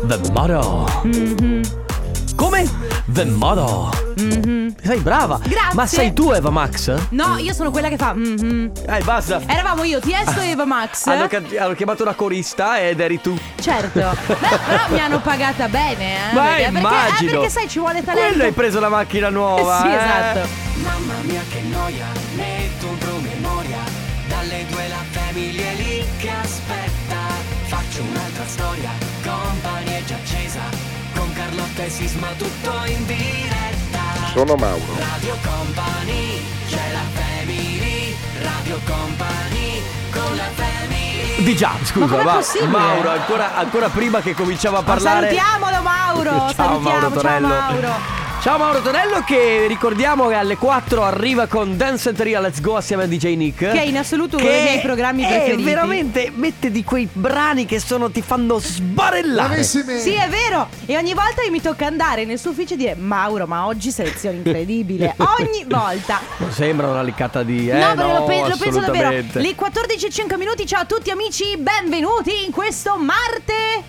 The Motto. Come? The Motto. Sei brava. Grazie. Ma sei tu Eva Max? No, io sono quella che fa Basta. Eravamo io, Tiesto e Eva Max. Hanno chiamato una corista ed eri tu. Certo. Però mi hanno pagata bene, Ma immagino. Perché sai, ci vuole talento. Quello hai preso la macchina nuova. Sì, esatto. Mamma mia che noia, metto un promemoria. Dalle 2 la famiglia è lì che aspetta. Faccio un'altra storia, Company è già accesa. Con Carlotta e Sisma tutto in diretta. Sono Mauro. Radio Company, c'è la family. Radio Company, con la family. Di già, scusa, com'è possibile? Mauro, ancora prima che cominciamo a parlare. Salutiamolo Mauro. Ciao Mauro Tonello. Ciao Mauro. Ciao Mauro Tonello, che ricordiamo che alle 4 arriva con Dance and Ria Let's Go assieme a DJ Nick, che è in assoluto uno dei miei programmi preferiti. Veramente mette di quei brani che ti fanno sbarellare. Bravissimi. Sì, è vero. E ogni volta che mi tocca andare nel suo ufficio e dire: Mauro, ma oggi selezione incredibile. Ogni volta. Non sembra una liccata di No, perché lo penso davvero. assolutamente. Le 14:05 minuti. Ciao a tutti amici, benvenuti in questo martedì.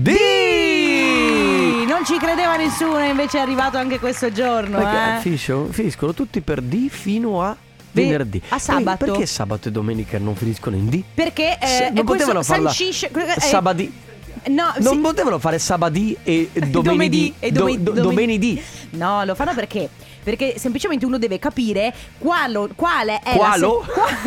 Non ci credeva nessuno, invece è arrivato anche questo giorno. Finiscono tutti per D fino a venerdì. A sabato. Perché sabato e domenica non finiscono in D? Perché non potevano farla sancisce sabadì. No, Non sì. potevano fare sabadì e domenedì. Domenedì. No, lo fanno perché semplicemente uno deve capire quale è Qualo?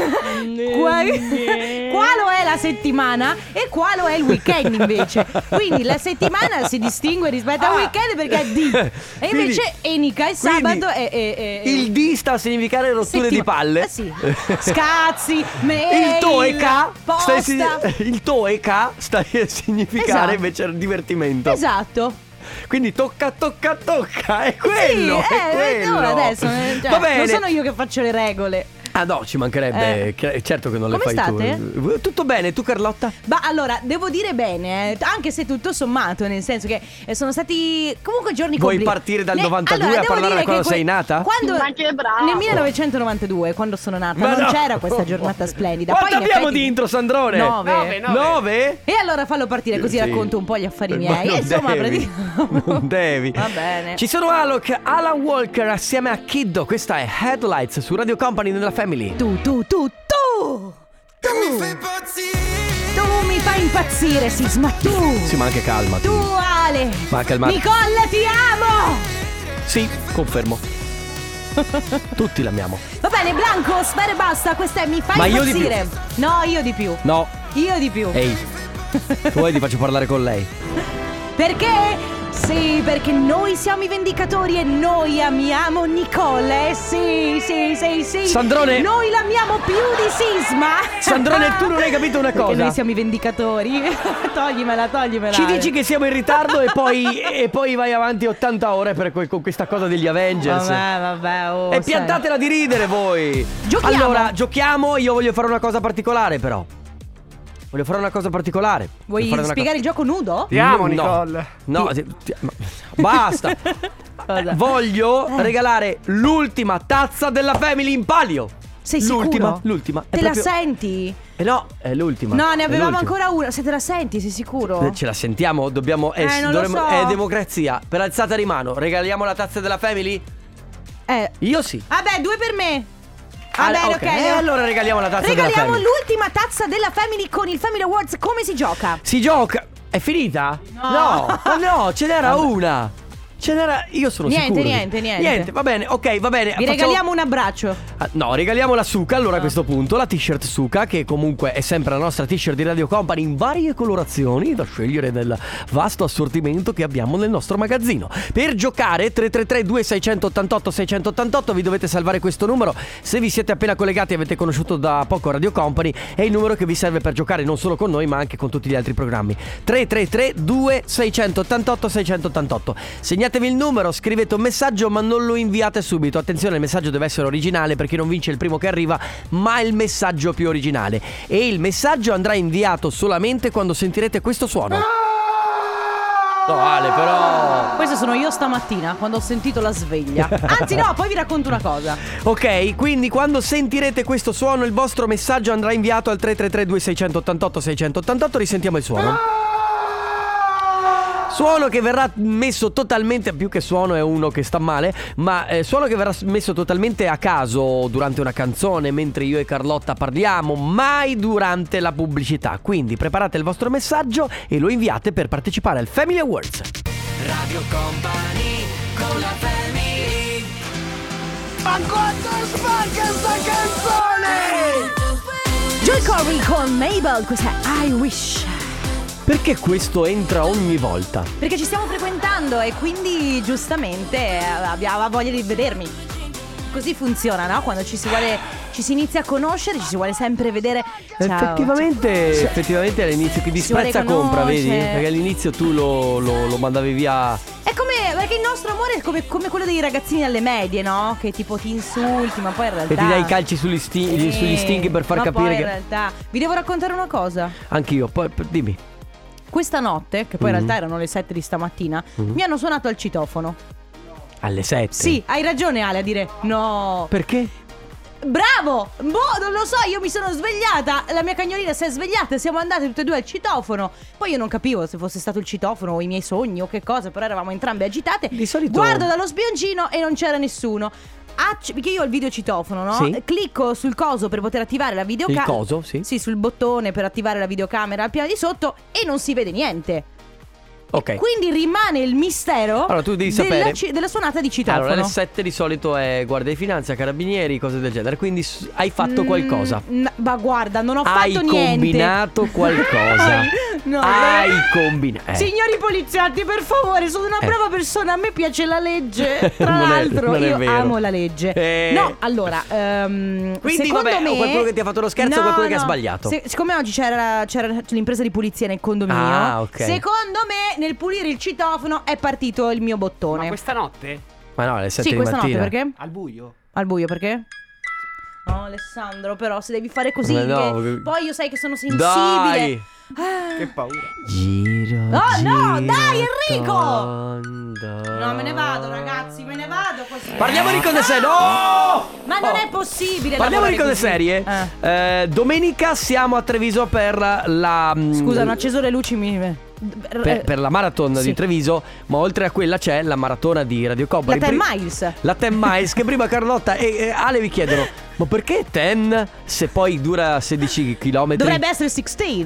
quale è la settimana e quale è il weekend invece. Quindi la settimana si distingue rispetto al weekend perché è D. E invece Enica il sabato è il D sta a significare rotture di palle. Sì. Scazzi, mail, Il toeca posta. il toeca sta a significare Esatto. invece il divertimento. Esatto. Quindi tocca, è quello, Sì, è quello. no, adesso Va bene. non sono io che faccio le regole. Ah no, ci mancherebbe, certo che non le Come fai state? tu. Tutto bene, tu Carlotta? Ma allora, devo dire bene, anche se tutto sommato, nel senso che sono stati comunque giorni Vuoi complicati. partire dal 92 a parlare da quando sei nata? Ma che bravo! Nel 1992, quando sono nata, Ma non no. c'era questa giornata splendida. Quanto Poi in abbiamo effetti, di intro, Sandrone? 9. 9? E allora fallo partire così Sì. racconto un po' gli affari Ma miei. non Insomma, devi. Non devi. Va bene. Ci sono Alok, Alan Walker assieme a Kiddo. Questa è Headlights su Radio Company nella Family. Tu mi fai impazzire, Sisma, tu. Sì, ma anche calmati. Tu, Ale. Ma calmati. Nicola, ti amo. Sì, confermo. Tutti l'amiamo. Va bene, Blanco, spera e basta. Questa è mi fai Ma io di impazzire. No, io di più. No. Io di più. Ehi, vuoi ti faccio parlare con lei? Perché? Sì, perché noi siamo i vendicatori e noi amiamo Nicole. Sì. Sandrone. Noi l'amiamo più di Sisma. Sandrone, tu non hai capito una cosa. Perché noi siamo i vendicatori. Toglimela. Ci dici che siamo in ritardo e poi vai avanti 80 ore con questa cosa degli Avengers. Vabbè. E piantatela di ridere voi. Giochiamo. Allora, giochiamo. Io voglio fare una cosa particolare però. Vuoi spiegare il gioco nudo? Ti amo, Nicole. No, basta. Voglio regalare l'ultima tazza della Family in palio. Sei sicuro? L'ultima. Te la senti? No, è l'ultima. No, ne avevamo È l'ultima. ancora una. Se te la senti, sei sicuro? Ce la sentiamo? Dobbiamo. Non lo so. È democrazia. Per alzata di mano, regaliamo la tazza della Family? Io sì. Vabbè, 2 per me. Va bene, ok. Allora regaliamo la tazza della Regaliamo Family. l'ultima tazza della Family con il Family Awards. Come si gioca? Si gioca. È finita? No, ce n'era una. Io sono Niente, sicuro. niente. Va bene, ok, va bene. Vi regaliamo un abbraccio. No, regaliamo la Suka allora a questo punto. La t-shirt Suka, che comunque è sempre la nostra t-shirt di Radio Company in varie colorazioni da scegliere nel vasto assortimento che abbiamo nel nostro magazzino. Per giocare 333 2688 688 vi dovete salvare questo numero. Se vi siete appena collegati e avete conosciuto da poco Radio Company, è il numero che vi serve per giocare non solo con noi ma anche con tutti gli altri programmi. 333 2688 688. Segnatevi il numero, scrivete un messaggio ma non lo inviate subito. Attenzione, il messaggio deve essere originale perché non vince il primo che arriva ma il messaggio più originale. E il messaggio andrà inviato solamente quando sentirete questo suono. No, Ale, però. Questo sono io stamattina quando ho sentito la sveglia. Anzi no, poi vi racconto una cosa. Ok, quindi quando sentirete questo suono il vostro messaggio andrà inviato al 333 2688 688. Risentiamo il suono. Suono che verrà messo totalmente, più che suono è uno che sta male, ma suono che verrà messo totalmente a caso durante una canzone, mentre io e Carlotta parliamo, mai durante la pubblicità. Quindi preparate il vostro messaggio e lo inviate per partecipare al Family Awards. Radio Company con la family. Ma quanto è sporca sta canzone! Joy Corey con Mabel, questa è I Wish. Perché questo entra ogni volta? Perché ci stiamo frequentando e quindi giustamente aveva voglia di vedermi. Così funziona, no? Quando ci si inizia a conoscere, ci si vuole sempre vedere. Ciao. Effettivamente all'inizio chi disprezza compra, vedi? Perché all'inizio tu lo mandavi via. È come, perché il nostro amore è come quello dei ragazzini alle medie, no? Che tipo ti insulti, ma poi in realtà E ti dai i calci sugli stinghi per far ma capire poi che in realtà vi devo raccontare una cosa. Anch'io, poi dimmi. Questa notte, che poi in realtà erano le 7 di stamattina, mi hanno suonato al citofono. Alle 7? Sì, hai ragione Ale a dire no. Perché? Bravo! Boh, non lo so, io mi sono svegliata, la mia cagnolina si è svegliata e siamo andate tutte e due al citofono. Poi io non capivo se fosse stato il citofono o i miei sogni o che cosa, però eravamo entrambe agitate. Di solito guardo dallo spioncino e non c'era nessuno. Perché io ho il videocitofono, no? Sì. Clicco sul coso per poter attivare la videocamera. Il coso, sì. Sì, sul bottone per attivare la videocamera al piano di sotto e non si vede niente. Ok. Quindi rimane il mistero Allora tu devi sapere della suonata di citofono. Allora alle 7 di solito è Guardia di Finanza, Carabinieri, cose del genere. Quindi hai fatto qualcosa. Ma guarda, non ho fatto Hai niente. combinato qualcosa. No, Hai combinato. Signori poliziotti, per favore, sono una brava persona. A me piace la legge. Tra Non è- l'altro, non è io vero. amo la legge. No, allora Quindi secondo vabbè, me o qualcuno che ti ha fatto lo scherzo o qualcuno che ha sbagliato. Siccome oggi c'era l'impresa di pulizia nel condominio, Ah, ok. secondo me nel pulire il citofono è partito il mio bottone. Ma questa notte? Ma no, alle 7 Sì, di questa mattina. notte perché? Al buio? Al buio perché? No, Alessandro, però se devi fare così Ma no, che poi io sai che sono sensibile. Dai. Ah. Che paura. Giro. Oh, no, giro, dai, Enrico! tondo. No, me ne vado, ragazzi, me ne vado così. Parliamo di cose serie. No! Ma non è possibile. Parliamo di lavorare cose così. serie. Domenica siamo a Treviso per la Scusa, hanno acceso le luci per la marathon Sì. di Treviso. Ma oltre a quella c'è la maratona di Radio Company. La 10 miles. La 10 miles che prima Carlotta e Ale vi chiedono: ma perché 10 se poi dura 16 km? Dovrebbe essere 16.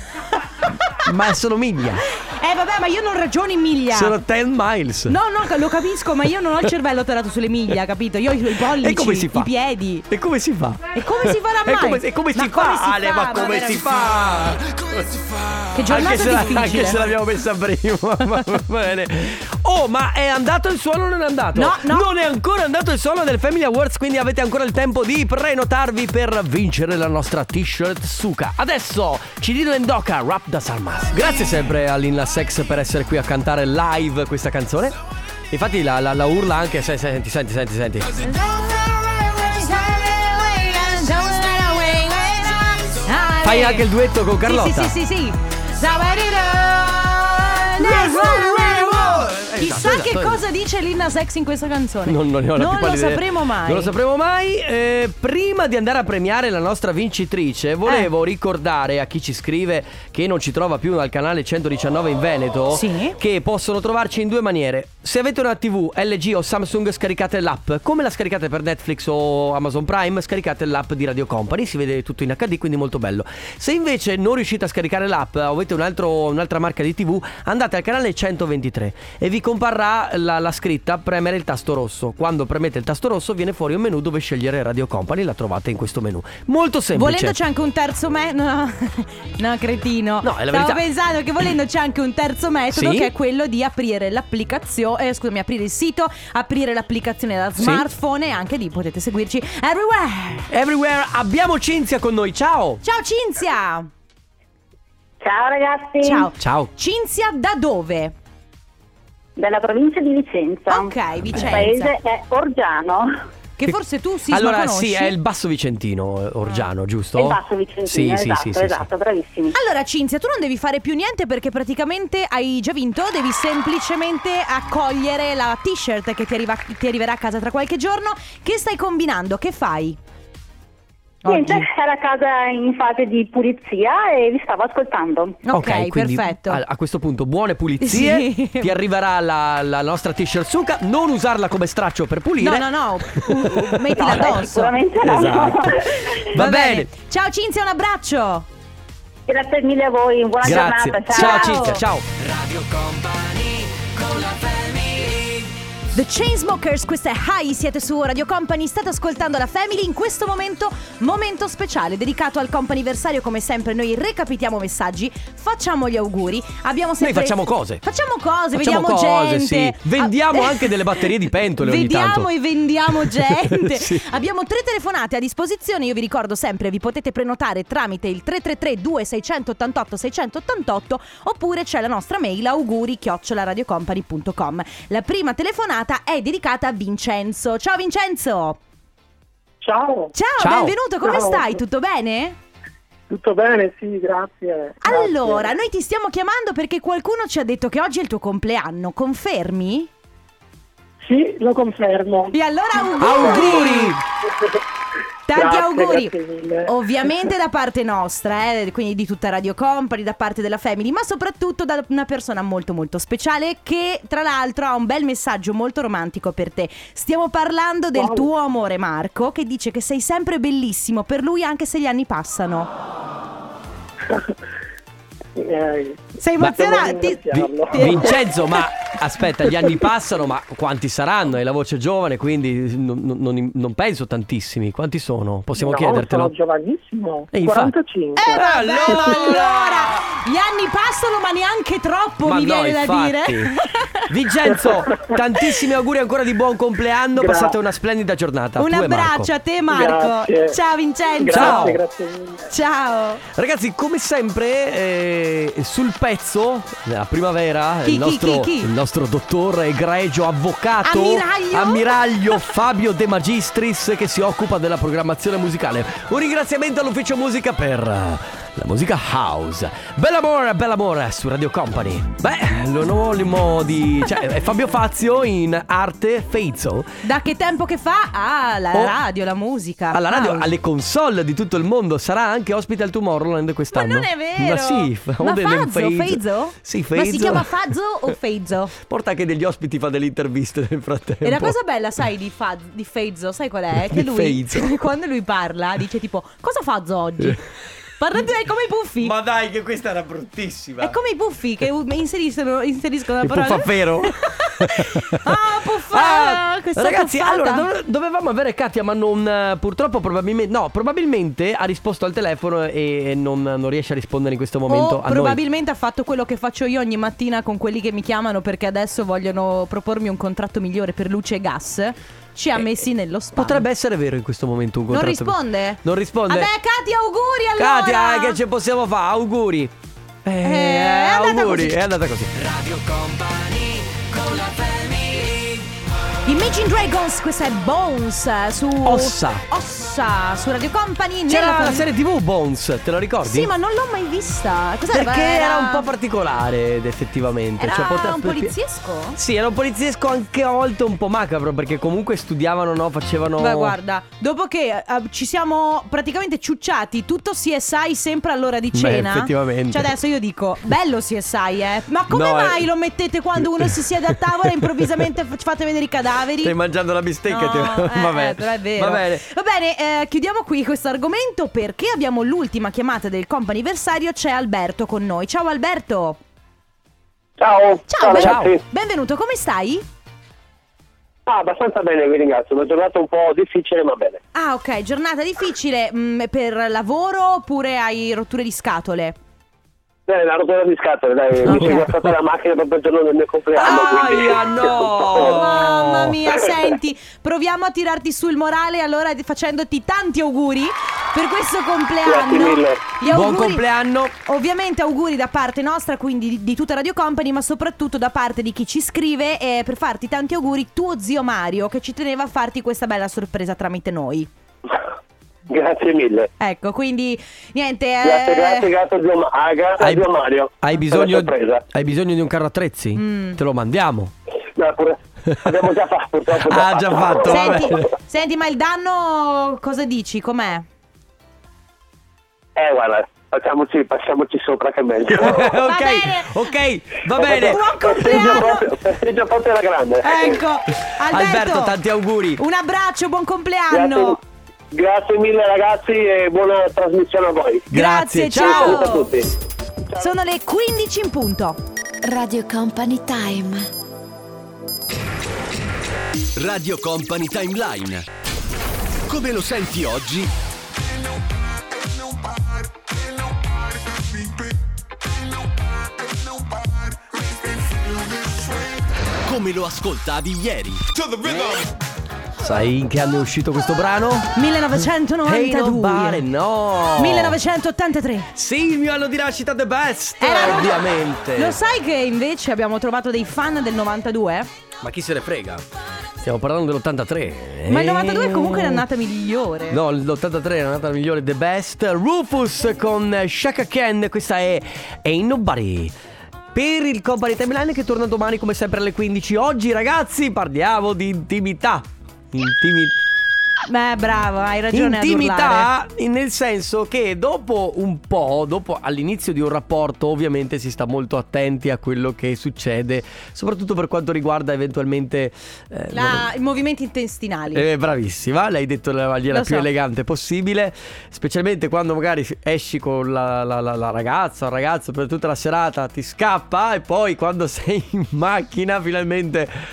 Ma sono miglia. Vabbè, ma io non ragiono in miglia. Sono 10 miles. No, lo capisco, ma io non ho il cervello atterrato sulle miglia, capito? Io ho i pollici, E come si fa? i piedi. E come si fa? E come si farà mai? E come si fa, Ale? Ma come si fa? Che giornata difficile. Anche se l'abbiamo messa prima. Va bene. Oh, ma è andato il suono o non è andato? No. Non è ancora andato il suono del Family Awards, quindi avete ancora il tempo di prenotarvi per vincere la nostra t-shirt Suka. Adesso Cirino Endoca, Rap da Salmas. Grazie sempre a Lil Nas X per essere qui a cantare live questa canzone. Infatti la urla anche. Senti. Fai anche il duetto con Carlotta. Sì. Chissà Esatto. che cosa dice Lil Nas X in questa canzone. Non ne ho la più lo pallida idea. sapremo mai. Non lo sapremo mai. Prima di andare a premiare la nostra vincitrice, volevo ricordare a chi ci scrive che non ci trova più al canale 119 in Veneto, Sì. che possono trovarci in due maniere. Se avete una TV LG o Samsung, scaricate l'app. Come la scaricate per Netflix o Amazon Prime, scaricate l'app di Radio Company. Si vede tutto in HD, quindi molto bello. Se invece non riuscite a scaricare l'app o avete un'altra marca di TV, andate al canale 123 e vi comparrà la scritta premere il tasto rosso. Quando premete il tasto rosso viene fuori un menu dove scegliere Radio Company. La trovate in questo menu. Molto semplice. Volendo c'è anche un terzo no, cretino. No, è la Stavo verità. pensando che volendo c'è anche un terzo metodo, Sì? che è quello di aprire l'applicazione, aprire il sito, aprire l'applicazione da smartphone e anche lì potete seguirci Everywhere. Abbiamo Cinzia con noi. Ciao. Ciao Cinzia. Ciao ragazzi. Ciao. Cinzia, da dove? Dalla provincia di Vicenza. Ok, Vicenza. Il paese è Orgiano. Che forse tu Allora conosci. sì, è il Basso Vicentino, Orgiano, giusto? Il Basso Vicentino, Sì, esatto, bravissimi. Allora Cinzia, tu non devi fare più niente perché praticamente hai già vinto. Devi semplicemente accogliere la t-shirt che ti arriverà a casa tra qualche giorno. Che stai combinando? Che fai? Niente, oggi? era a casa in fase di pulizia e vi stavo ascoltando. Ok, quindi perfetto. a questo punto buone pulizie. Sì. Ti arriverà la nostra t-shirt Suka. Non usarla come straccio per pulire. No, mettila No, addosso. sicuramente no. Esatto. Va bene. Ciao Cinzia, un abbraccio. Grazie mille a voi, buona Grazie. giornata. Ciao Cinzia, ciao. Radio Company con la family. The Chainsmokers, questa è High, siete su Radio Company, state ascoltando la Family. In questo momento speciale dedicato al comp'anniversario. Come sempre noi recapitiamo messaggi, facciamo gli auguri. Abbiamo sempre... Noi facciamo cose. Vediamo cose, gente, sì. Vendiamo anche delle batterie di pentole ogni tanto. Vediamo e vendiamo gente. Sì. Abbiamo 3 telefonate a disposizione. Io vi ricordo sempre, vi potete prenotare tramite il 333-2688-688, oppure c'è la nostra mail auguri@radiocompany.com. La prima telefonata è dedicata a Vincenzo. Ciao Vincenzo. Ciao, Ciao, benvenuto, come Ciao. stai? Tutto bene? tutto bene? Sì, grazie. Allora, noi ti stiamo chiamando perché qualcuno ci ha detto che oggi è il tuo compleanno, confermi? Sì, lo confermo. E allora auguri! Auguri! Tanti Grazie, auguri, grazie mille. ovviamente da parte nostra, quindi di tutta Radio Company, da parte della Family, ma soprattutto da una persona molto molto speciale che tra l'altro ha un bel messaggio molto romantico per te. Stiamo parlando del Wow. tuo amore Marco, che dice che sei sempre bellissimo per lui anche se gli anni passano. Sei emozionato? Vincenzo, ma aspetta, gli anni passano, ma quanti saranno? Hai la voce giovane, quindi non penso tantissimi. Quanti sono? Possiamo chiedertelo? Sono giovanissimo, Infatti. 45. Allora, gli anni passano ma neanche troppo, Ma mi no, viene da infatti. dire. Vincenzo, tantissimi auguri ancora di buon compleanno. Grazie. Passate una splendida giornata. Un Tu e Marco. abbraccio a te Marco. Grazie. Ciao Vincenzo. Ciao. Grazie mille. Ciao. Ragazzi, come sempre sul pezzo la primavera Chi? il nostro dottor egregio avvocato Ammiraglio? Fabio De Magistris, che si occupa della programmazione musicale. Un ringraziamento all'ufficio musica per la musica house. Bell'amore su Radio Company. Beh, l'omonimo di è Fabio Fazio in arte Fazio. Da che tempo che fa? Ah, la radio, la musica. Alla radio, House. alle console di tutto il mondo. Sarà anche ospite al Tomorrowland quest'anno. Ma non è vero. Ma sì, Ma Fazzo? Sì, Ma si Fazzo. chiama Fazzo o Fazzo? Porta anche degli ospiti, fa delle interviste nel frattempo. E la cosa bella, sai, di Fazzo, sai qual è? Che Di lui, Fazzo. quando lui parla, dice tipo, cosa Fazzo oggi? Parlate è come i puffi. Ma dai, che questa era bruttissima. È come i puffi che inseriscono la Il parola. puffaffero. Puffata, questa ragazzi, puffata. allora dovevamo avere Katia, ma non purtroppo probabilmente ha risposto al telefono e non riesce a rispondere in questo momento O a noi. probabilmente ha fatto quello che faccio io ogni mattina con quelli che mi chiamano perché adesso vogliono propormi un contratto migliore per luce e gas. Ci ha messi nello spam. Potrebbe essere vero in questo momento un Non contratto. risponde? Non risponde. Vabbè, Katia, auguri allora. Katia, che ci possiamo fare? Auguri. È andata auguri, così. è andata così. Radio Company con la family. Imagine Dragons, questa è Bones su Ossa su Radio Company. C'era la serie TV Bones, te lo ricordi? Sì, ma non l'ho mai vista. Cos'era? Perché era un po' particolare ed effettivamente. Era Cioè, un poliziesco? Sì, era un poliziesco anche a volte un po' macabro, perché comunque studiavano, no? Facevano... Beh, guarda, dopo che ci siamo praticamente ciucciati tutto CSI sempre all'ora di cena. effettivamente. Cioè adesso io dico, bello CSI, ma come No, mai lo mettete quando uno si siede a tavola e improvvisamente fate vedere i cadaveri? Stai mangiando la bistecca? No, Va bene. però è vero. Va bene. Va bene, chiudiamo qui questo argomento perché abbiamo l'ultima chiamata del comp'anniversario. C'è Alberto con noi. Ciao Alberto. Ciao. Ciao, ragazzi. benvenuto, come stai? Abbastanza bene, vi ringrazio. Una giornata un po' difficile, ma bene. Ah, ok, giornata difficile per lavoro oppure hai rotture di scatole? La rottura di scatole, dai. Mi si è guastata la macchina proprio il giorno del mio compleanno. quindi- Aia, no! Mamma mia, senti, proviamo a tirarti su il morale allora facendoti tanti auguri per questo compleanno. Grazie mille. Gli Buon auguri- compleanno. Ovviamente auguri da parte nostra, quindi di tutta Radio Company, ma soprattutto da parte di chi ci scrive, e per farti tanti auguri tuo zio Mario, che ci teneva a farti questa bella sorpresa tramite noi. Grazie mille. Ecco, quindi niente. Grazie zio, zio Mario. Hai Per la sorpresa. bisogno di un carro attrezzi? Mm. Te lo mandiamo. No, abbiamo già fatto, purtroppo. Ah, già fatto. vabbè. Senti, ma il danno cosa dici? Com'è? Guarda, passiamoci sopra che è meglio. ok, va bene. Buon compleanno. Festeggio proprio alla grande. Ecco, Alberto, tanti auguri. Un abbraccio, buon compleanno. Grazie mille ragazzi e buona trasmissione a voi. Grazie, ciao. Saluto a tutti. Sono le 15 in punto. Radio Company Time. Radio Company Timeline. Come lo senti oggi? Come lo ascoltavi ieri? Sai in che anno è uscito questo brano? 1992. Hey nobody, no. 1983. Sì, il mio anno di nascita, The Best. Era- Ovviamente. Lo sai che invece abbiamo trovato dei fan del 92? Ma chi se ne frega? Stiamo parlando dell'83. Ma il 92 è comunque l'annata migliore. No, l'83 è l'annata migliore, The Best. Rufus con Shaka Khan. Questa è Ain't Nobody. Per il Company Timeline che torna domani come sempre alle 15. Oggi ragazzi parliamo di intimità. Beh, bravo, hai ragione ad urlare. Intimità nel senso che dopo un po', dopo all'inizio di un rapporto ovviamente si sta molto attenti a quello che succede, soprattutto per quanto riguarda eventualmente I movimenti intestinali. bravissima, l'hai detto nella maniera Lo più so. elegante possibile, specialmente quando magari esci con la ragazza o il ragazzo per tutta la serata, ti scappa e poi quando sei in macchina finalmente...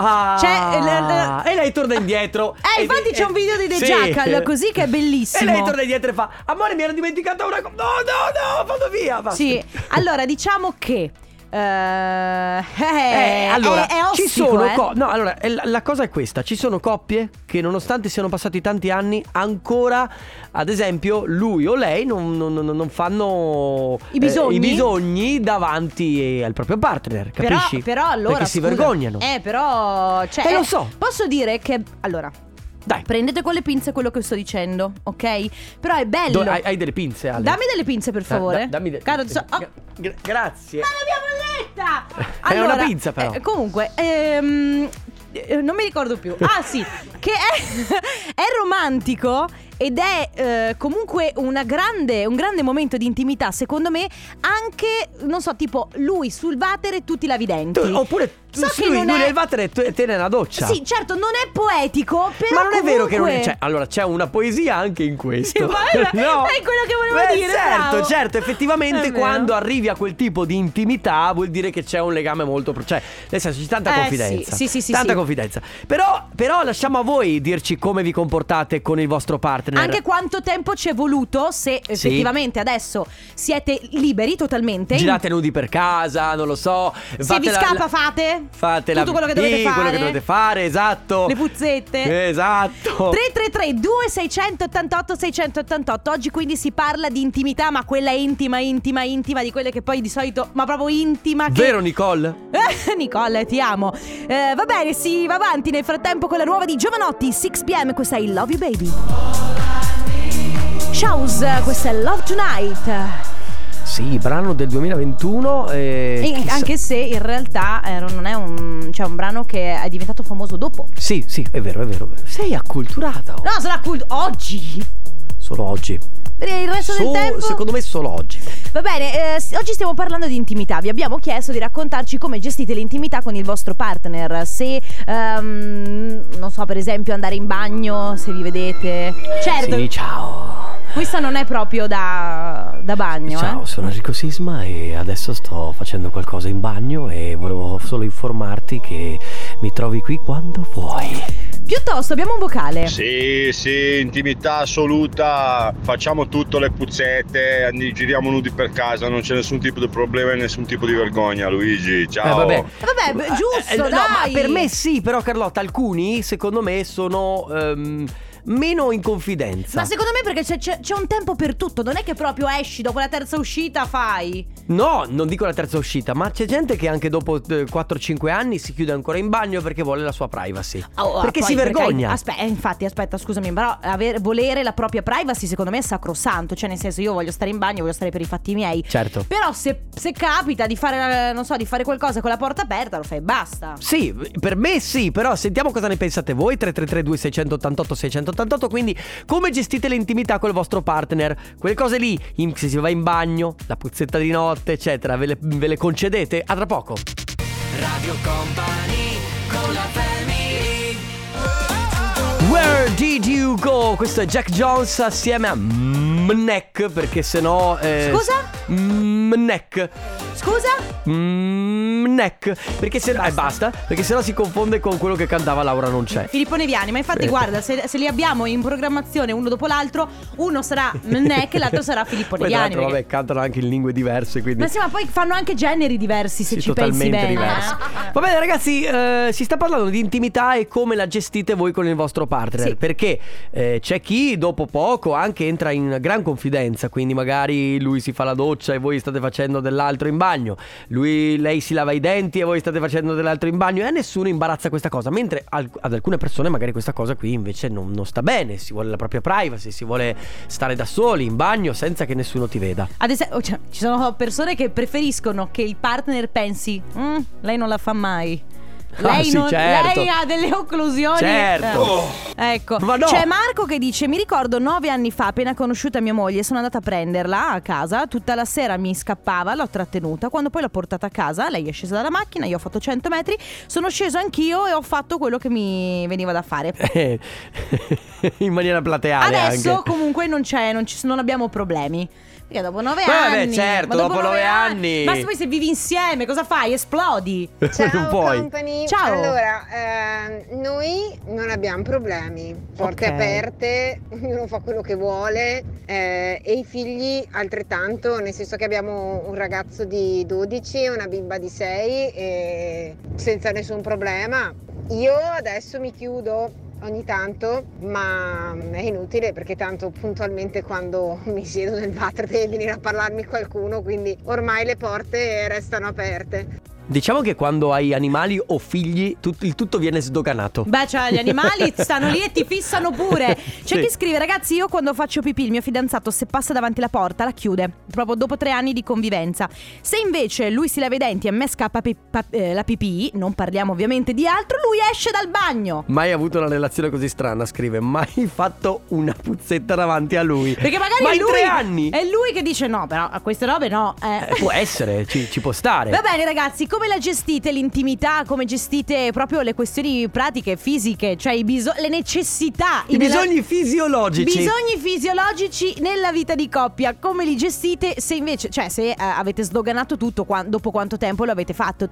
e lei torna indietro. Infatti c'è un video di The sì. Jackal così che è bellissimo. E lei torna indietro e fa: amore, mi ero dimenticata una cosa. No, vado via. Basta. Sì, allora diciamo che allora, è ci ostico, sono eh? allora, la cosa è questa: ci sono coppie che nonostante siano passati tanti anni ancora, ad esempio, lui o lei non fanno I bisogni? davanti al proprio partner, capisci? Però allora perché si scusa, vergognano. però cioè, lo so. Posso dire che allora Dai, prendete con le pinze quello che sto dicendo, ok? Però è bello. hai delle pinze, Ale? Dammi delle pinze per favore. Dammi grazie. Ma l'abbiamo letta! È una pinza, però. Comunque, non mi ricordo più. Ah sì, che è romantico ed è comunque un grande momento di intimità, secondo me, anche, non so, tipo lui sul water e tutti là videnti. Oppure lui nel water e te nella doccia. Sì, certo, non è poetico, però ma non è vero che non è, comunque- cioè, allora c'è una poesia anche in questo. Ma è quello che volevo dire, bravo. certo, effettivamente È vero. quando arrivi a quel tipo di intimità vuol dire che c'è un legame molto cioè, nel senso, c'è tanta confidenza. sì, tanta sì. confidenza. Però lasciamo a voi dirci come vi comportate con il vostro partner. Anche quanto tempo ci è voluto, se effettivamente adesso siete liberi totalmente. Girate nudi per casa, non lo so. Se vi scappa fate tutto quello che dovete fare. quello che dovete fare, esatto. Le puzzette. Esatto. 333 2688 688. Oggi quindi si parla di intimità, ma quella intima di quelle che poi di solito, ma proprio intima che... Vero Nicole? Nicole, ti amo. Va bene, si va avanti nel frattempo con la nuova di Giovanotti, 6 PM, questa è I Love You Baby. Shows, questa è Love Tonight. Sì, brano del 2021 Anche se in realtà non è un brano che è diventato famoso dopo. Sì, è vero. Sei acculturata. No, sarà oggi. Solo oggi. Per il resto del tempo, secondo me solo oggi. va bene, oggi stiamo parlando di intimità. Vi abbiamo chiesto di raccontarci come gestite l'intimità con il vostro partner. Se, non so, per esempio andare in bagno, se vi vedete. Certo, Sì, ciao. questa non è proprio da bagno. Ciao, sono Enrico Sisma e adesso sto facendo qualcosa in bagno e volevo solo informarti che mi trovi qui quando vuoi. Piuttosto abbiamo un vocale. Sì, intimità assoluta, facciamo tutto, le puzzette, giriamo nudi per casa, non c'è nessun tipo di problema e nessun tipo di vergogna, Luigi, ciao. Vabbè, giusto, no, dai. ma per me sì, però Carlotta, alcuni secondo me sono meno in confidenza. Ma secondo me perché c'è un tempo per tutto. Non è che proprio esci dopo la terza uscita fai. No, non dico la terza uscita, ma c'è gente che anche dopo 4-5 anni si chiude ancora in bagno perché vuole la sua privacy. Perché si vergogna. Aspetta, scusami, però volere la propria privacy secondo me è sacrosanto. Cioè nel senso, io voglio stare in bagno, voglio stare per i fatti miei. Certo. Però se capita di fare, non so, di fare qualcosa con la porta aperta, lo fai e basta. Sì, per me sì, però sentiamo cosa ne pensate voi. 333-2688-688. Quindi come gestite l'intimità col vostro partner? Quelle cose lì, se si va in bagno, la puzzetta di notte eccetera, ve le concedete? A tra poco. Radio Company con la family. Where did you go? Questo è Jack Jones assieme a Mnek, perché sennò Scusa? Mnek. Scusa? Mnek. Perché se basta, perché sennò si confonde con quello che cantava Laura Non C'è. Filippo Neviani. Ma infatti guarda, se li abbiamo in programmazione uno dopo l'altro, uno sarà Mnek e l'altro sarà Filippo Neviani. Poi vabbè, cantano anche in lingue diverse, quindi. Ma sì, ma poi fanno anche generi diversi, se ci pensi bene. Diversi. Va bene ragazzi, si sta parlando di intimità e come la gestite voi con il vostro partner. Sì. Perché c'è chi dopo poco anche entra in gran confidenza. Quindi magari lui si fa la doccia e voi state facendo dell'altro in bagno, lei si lava i denti e voi state facendo dell'altro in bagno, e a nessuno imbarazza questa cosa. Mentre ad alcune persone magari questa cosa qui invece non sta bene. Si vuole la propria privacy, si vuole stare da soli in bagno senza che nessuno ti veda. Ad esempio, ci sono persone che preferiscono che il partner pensi lei non la fa mai. Lei, certo. Lei ha delle occlusioni. Certo. Ecco. Ma no. C'è Marco che dice: mi ricordo 9 anni fa, appena conosciuta mia moglie, sono andata a prenderla a casa. Tutta la sera mi scappava, l'ho trattenuta. Quando poi l'ho portata a casa, lei è scesa dalla macchina, io ho fatto 100 metri, sono sceso anch'io e ho fatto quello che mi veniva da fare. In maniera plateale. Adesso anche. Comunque non abbiamo problemi. Perché dopo 9 anni. Certo, dopo 9 anni. Ma poi se vivi insieme cosa fai? Esplodi. Ciao non puoi. company. Ciao. Allora, noi non abbiamo problemi. Porte aperte, ognuno fa quello che vuole, e i figli altrettanto, nel senso che abbiamo un ragazzo di 12 e una bimba di 6 e senza nessun problema. Io adesso mi chiudo ogni tanto, ma è inutile perché tanto puntualmente quando mi siedo nel water deve venire a parlarmi qualcuno, quindi ormai le porte restano aperte. Diciamo che quando hai animali o figli il tutto viene sdoganato. Beh, cioè gli animali stanno lì e ti fissano pure. C'è Sì. chi scrive: ragazzi, io quando faccio pipì il mio fidanzato, se passa davanti la porta, la chiude, proprio dopo 3 anni di convivenza. Se invece lui si lava i denti e a me scappa la pipì, non parliamo ovviamente di altro, lui esce dal bagno. Mai avuto una relazione così strana, scrive. Mai fatto una puzzetta davanti a lui. Perché magari Ma è in lui, 3 anni. è lui che dice no, però a queste robe no. Può essere, ci può stare. Va bene ragazzi, come la gestite l'intimità? Come gestite proprio le questioni pratiche, fisiche? Cioè le necessità, I bisogni fisiologici. Bisogni fisiologici nella vita di coppia. Come li gestite? Se invece, cioè se avete sdoganato tutto, dopo quanto tempo lo avete fatto?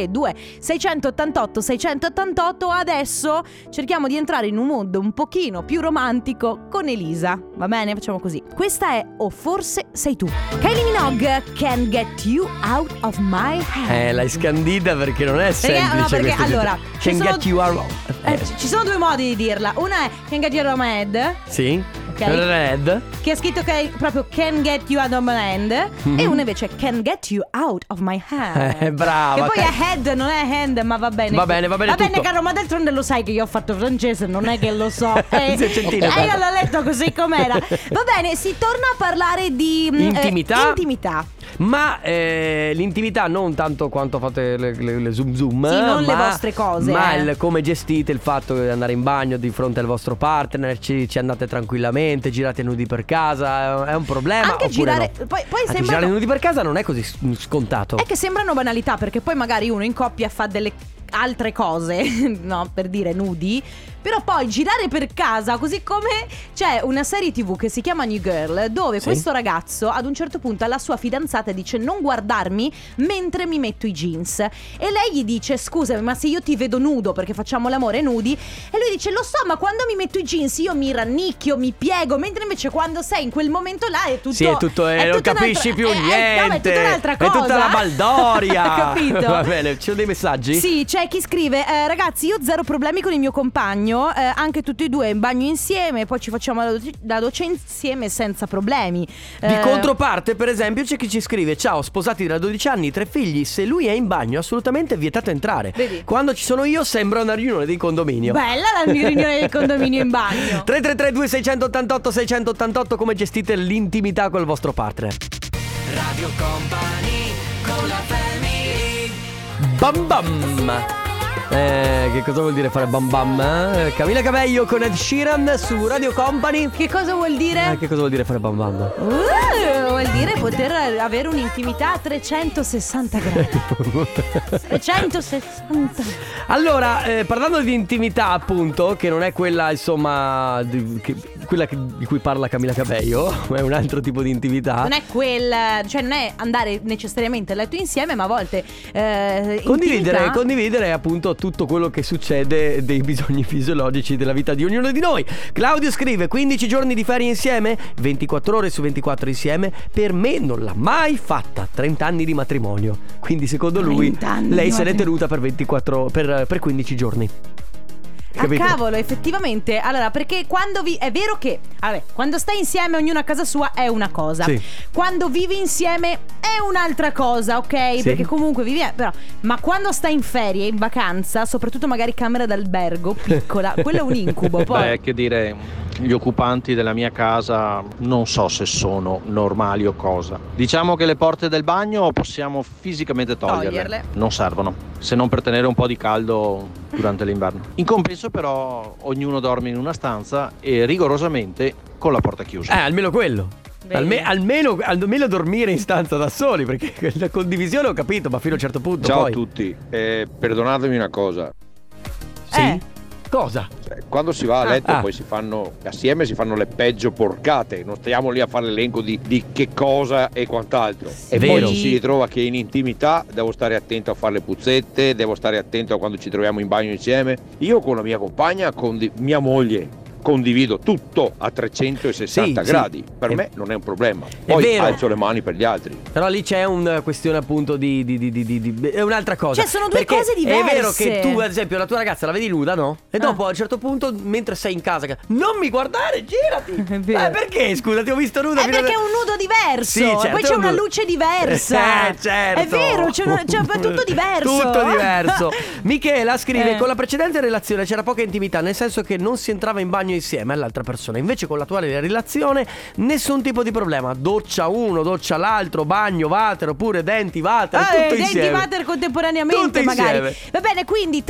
333-2688-688. Adesso cerchiamo di entrare in un mood un pochino più romantico con Elisa. Va bene? Facciamo così. Questa è O forse sei tu. Kylie Minogue, Can't Get You Out of My Head. L'hai scandita perché non è semplice. Perché allora Can get you out. ci sono 2 modi di dirla. Una è Can Get You Out of My Head, Sì. ok? Red. Che è scritto proprio Can Get You Out of My Hand. E una invece Can Get You Out of My Hand. Brava. Che poi è head, non è hand, ma va bene. Va bene tutto. caro, ma d'altronde lo sai che io ho fatto francese, non è che lo so. Seicentine, Io l'ho letto così com'era. Va bene, si torna a parlare di Intimità. Ma l'intimità non tanto quanto fate le zoom zoom, sì, non le vostre cose, ma come gestite il fatto di andare in bagno di fronte al vostro partner, ci andate tranquillamente, girate nudi per casa, è un problema? anche girare no? poi Anche sembrano, girare nudi per casa non è così scontato. è che sembrano banalità, perché poi magari uno in coppia fa delle altre cose, no, per dire nudi. Però poi girare per casa, così come c'è una serie TV che si chiama New Girl, dove questo ragazzo ad un certo punto alla sua fidanzata dice: non guardarmi mentre mi metto i jeans. E lei gli dice: scusami, ma se io ti vedo nudo perché facciamo l'amore nudi? E lui dice: lo so, ma quando mi metto i jeans io mi rannicchio, mi piego. Mentre invece quando sei in quel momento là è tutto, sì, è tutto non capisci più niente, no, è tutta un'altra cosa. È tutta la baldoria. Capito? Va bene, ci sono dei messaggi? Sì, c'è c'è chi scrive ragazzi, io ho zero problemi con il mio compagno, anche tutti e due in bagno insieme, poi ci facciamo la doccia insieme senza problemi. Di controparte, per esempio, c'è chi ci scrive: ciao, sposati da 12 anni, 3 figli, se lui è in bagno assolutamente è vietato entrare. Vedi? Quando ci sono io sembra una riunione di condominio. Bella la riunione del condominio in bagno. 333-2688-688. Come gestite l'intimità col vostro partner? Radio Company con la family. Bam bam. Che cosa vuol dire fare bam bam? Camilla Cabello con Ed Sheeran su Radio Company. Che cosa vuol dire? Che cosa vuol dire fare bam bam? Vuol dire poter avere un'intimità a 360 gradi. 360. Allora, parlando di intimità, appunto, che non è quella, insomma, quella di cui parla Camilla Cabello, ma è un altro tipo di intimità. Non è cioè non è andare necessariamente a letto insieme, ma a volte condividere appunto tutto quello che succede dei bisogni fisiologici della vita di ognuno di noi. Claudio scrive: 15 giorni di ferie insieme, 24 ore su 24 insieme, per me non l'ha mai fatta. 30 anni di matrimonio. Quindi secondo lui lei se l'è tenuta per 24 per 15 giorni. Capito? Cavolo, effettivamente. Allora, perché è vero che quando stai insieme ognuno a casa sua è una cosa, sì. Quando vivi insieme è un'altra cosa, ok? Sì. Perché comunque vivi però, ma quando stai in ferie, in vacanza, soprattutto magari camera d'albergo piccola, quello è un incubo. Poi che dire, gli occupanti della mia casa non so se sono normali o cosa. Diciamo che le porte del bagno possiamo fisicamente toglierle. Non servono, se non per tenere un po' di caldo durante l'inverno. In compenso però ognuno dorme in una stanza e rigorosamente con la porta chiusa. Almeno quello. Almeno dormire in stanza da soli, perché la condivisione ho capito, ma fino a un certo punto. Ciao poi. a tutti, perdonatemi una cosa. Sì? Cosa? Quando si va a letto poi si fanno le peggio porcate. Non stiamo lì a fare l'elenco di che cosa e quant'altro. E vero. poi si ritrova che in intimità devo stare attento a fare le puzzette, devo stare attento a quando ci troviamo in bagno insieme. Io con la mia compagna, con mia moglie, condivido tutto a 360 gradi. Per me non è un problema. Poi alzo le mani per gli altri. Però lì c'è una questione appunto è un'altra cosa. Cioè sono due cose diverse. È vero che tu, ad esempio, la tua ragazza la vedi nuda, no? E dopo a un certo punto, mentre sei in casa, non mi guardare, girati. Perché? Scusa, ti ho visto nuda. Perché è un nudo diverso. Sì, certo, e poi c'è una luce diversa. Certo. È vero, c'è tutto diverso. Tutto diverso. Michela scrive: con la precedente relazione c'era poca intimità, nel senso che non si entrava in bagno insieme all'altra persona. Invece con l'attuale relazione nessun tipo di problema. Doccia uno, doccia l'altro, bagno, water, oppure denti, water, tutto insieme. Denti, water contemporaneamente, tutto magari insieme. Va bene, quindi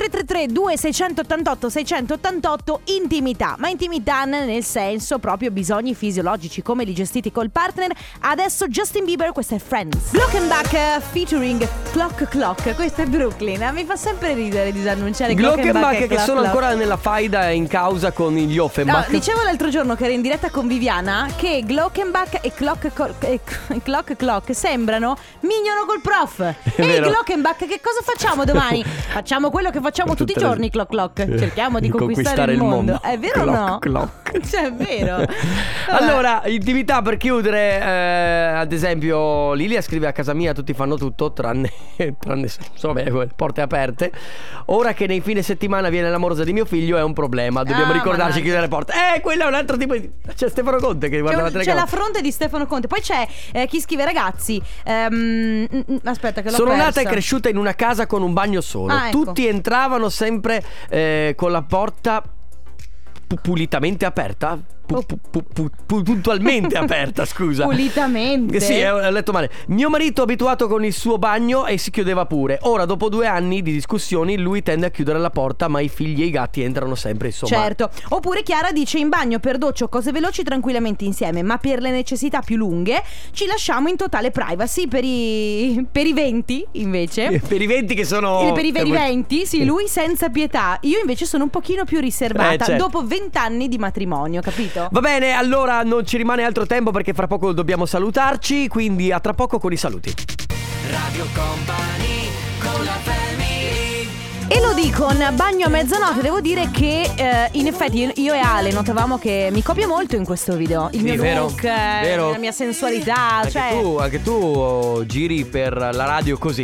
333-2688-688 intimità. Ma intimità nel senso proprio bisogni fisiologici, come li gestiti col partner. Adesso Justin Bieber, questa è Friends. Glockenbach featuring Clock Clock. Questo è Brooklyn. Mi fa sempre ridere disannunciare Glockenbach che sono ancora nella faida in causa con gli Offenbach. Dicevo l'altro giorno che ero in diretta con Viviana che Glockenbach e Clock Clock sembrano mignolo col prof. E Glockenbach, che cosa facciamo domani? Facciamo quello che facciamo tutti i giorni, Clock Clock. Cerchiamo di conquistare il mondo. È vero o no? Clock. Cioè, è vero. Allora, intimità per chiudere, ad esempio Lilia scrive: a casa mia tutti fanno tutto tranne insomma, porte aperte. Ora che nei fine settimana viene l'amorosa di mio figlio è un problema. Dobbiamo ricordarci di chiudere le porte. Quello è un altro tipo di... C'è Stefano Conte che guarda la telecamera. C'è la fronte di Stefano Conte. Poi c'è chi scrive: ragazzi, aspetta che l'ho sono persa. nata e cresciuta in una casa con un bagno solo. Ecco. Tutti entravano sempre con la porta pulitamente aperta. Puntualmente aperta, scusa. Pulitamente. Sì, ho letto male. Mio marito è abituato con il suo bagno e si chiudeva pure. Ora, dopo 2 anni di discussioni, lui tende a chiudere la porta, ma i figli e i gatti entrano sempre, insomma. Certo. Oppure Chiara dice: in bagno per doccia o cose veloci tranquillamente insieme, ma per le necessità più lunghe ci lasciamo in totale privacy. Per i venti invece, per i venti che sono per i veri venti, sì, lui senza pietà. Io invece sono un pochino più riservata, certo. Dopo 20 anni di matrimonio, capito? Va bene, allora non ci rimane altro tempo perché fra poco dobbiamo salutarci, quindi a tra poco con i saluti. Radio Company con la family. E lo dico, con bagno a mezzanotte. Devo dire che in effetti io e Ale notavamo che mi copia molto in questo video. Il mio look, vero. la mia sensualità. Anche tu giri per la radio così.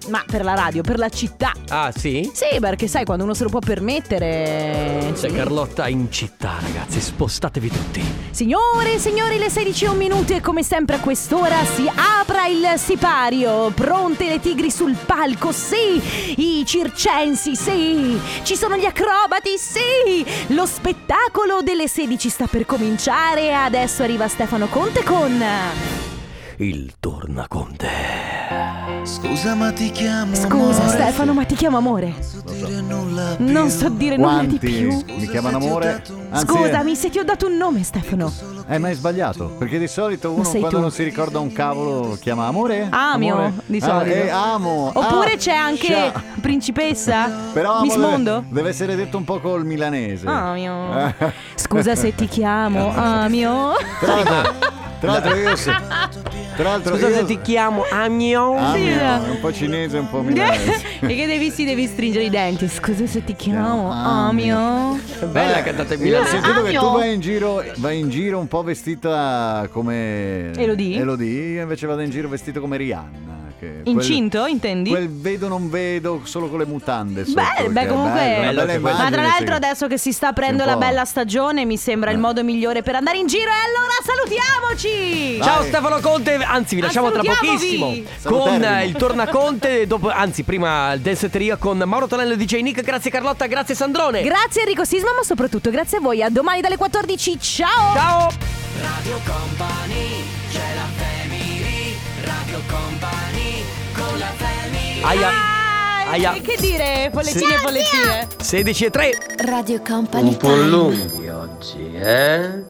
Ma per la radio, per la città. Ah, sì? Sì, perché sai, quando uno se lo può permettere. C'è Carlotta in città, ragazzi, spostatevi tutti. Signore e signori, le 16:01 e come sempre a quest'ora si apra il sipario. Pronte le tigri sul palco, sì. I circensi, sì. Ci sono gli acrobati, sì. Lo spettacolo delle 16 sta per cominciare. Adesso arriva Stefano Conte con il Tornaconte. Scusa ma ti chiamo Scusa amore. Stefano, ma ti chiamo amore. Non so dire nulla di più. Mi chiamano amore? Anzi, Scusami se ti ho dato un nome, Stefano. ma hai sbagliato. Perché di solito uno sei quando tu. non si ricorda un cavolo chiama amore? Amio, Amore? di solito. Amo. Oppure c'è anche principessa. Però Miss Mondo. deve essere detto un po' col milanese. Amio. Scusa se ti chiamo Amio. Tra l'altro io Scusa se ti chiamo Amio. Un po' cinese, un po' milanese. E che devi stringere i denti. Scusa se ti chiamo Amio. Bella cantata in Io ho milanese. sentito che Amio. tu vai in giro un po' vestita come Elodie? Io invece vado in giro vestito come Rihanna. Incinto, intendi? Quel vedo non vedo, solo con le mutande sotto, Beh, che è comunque. bello, una bella Ma immagine, tra l'altro sì. adesso che si sta aprendo Sì, un la po'. bella stagione, mi sembra il modo migliore per andare in giro. E allora salutiamoci. Ciao Stefano Conte, anzi vi lasciamo tra salutiamovi. pochissimo con Salutervimo. il Tornaconte, anzi prima il Danceteria con Mauro Tonello e DJ Nick. Grazie Carlotta, grazie Sandrone. Grazie Enrico Sisma, ma soprattutto grazie a voi. A domani dalle 14. Ciao. Ciao. Radio Company, c'è la family. Radio Company, con la family. Aia. Che dire, follettine, follettine. 16:03. Radio Company Un po' Time. lunghi oggi, eh?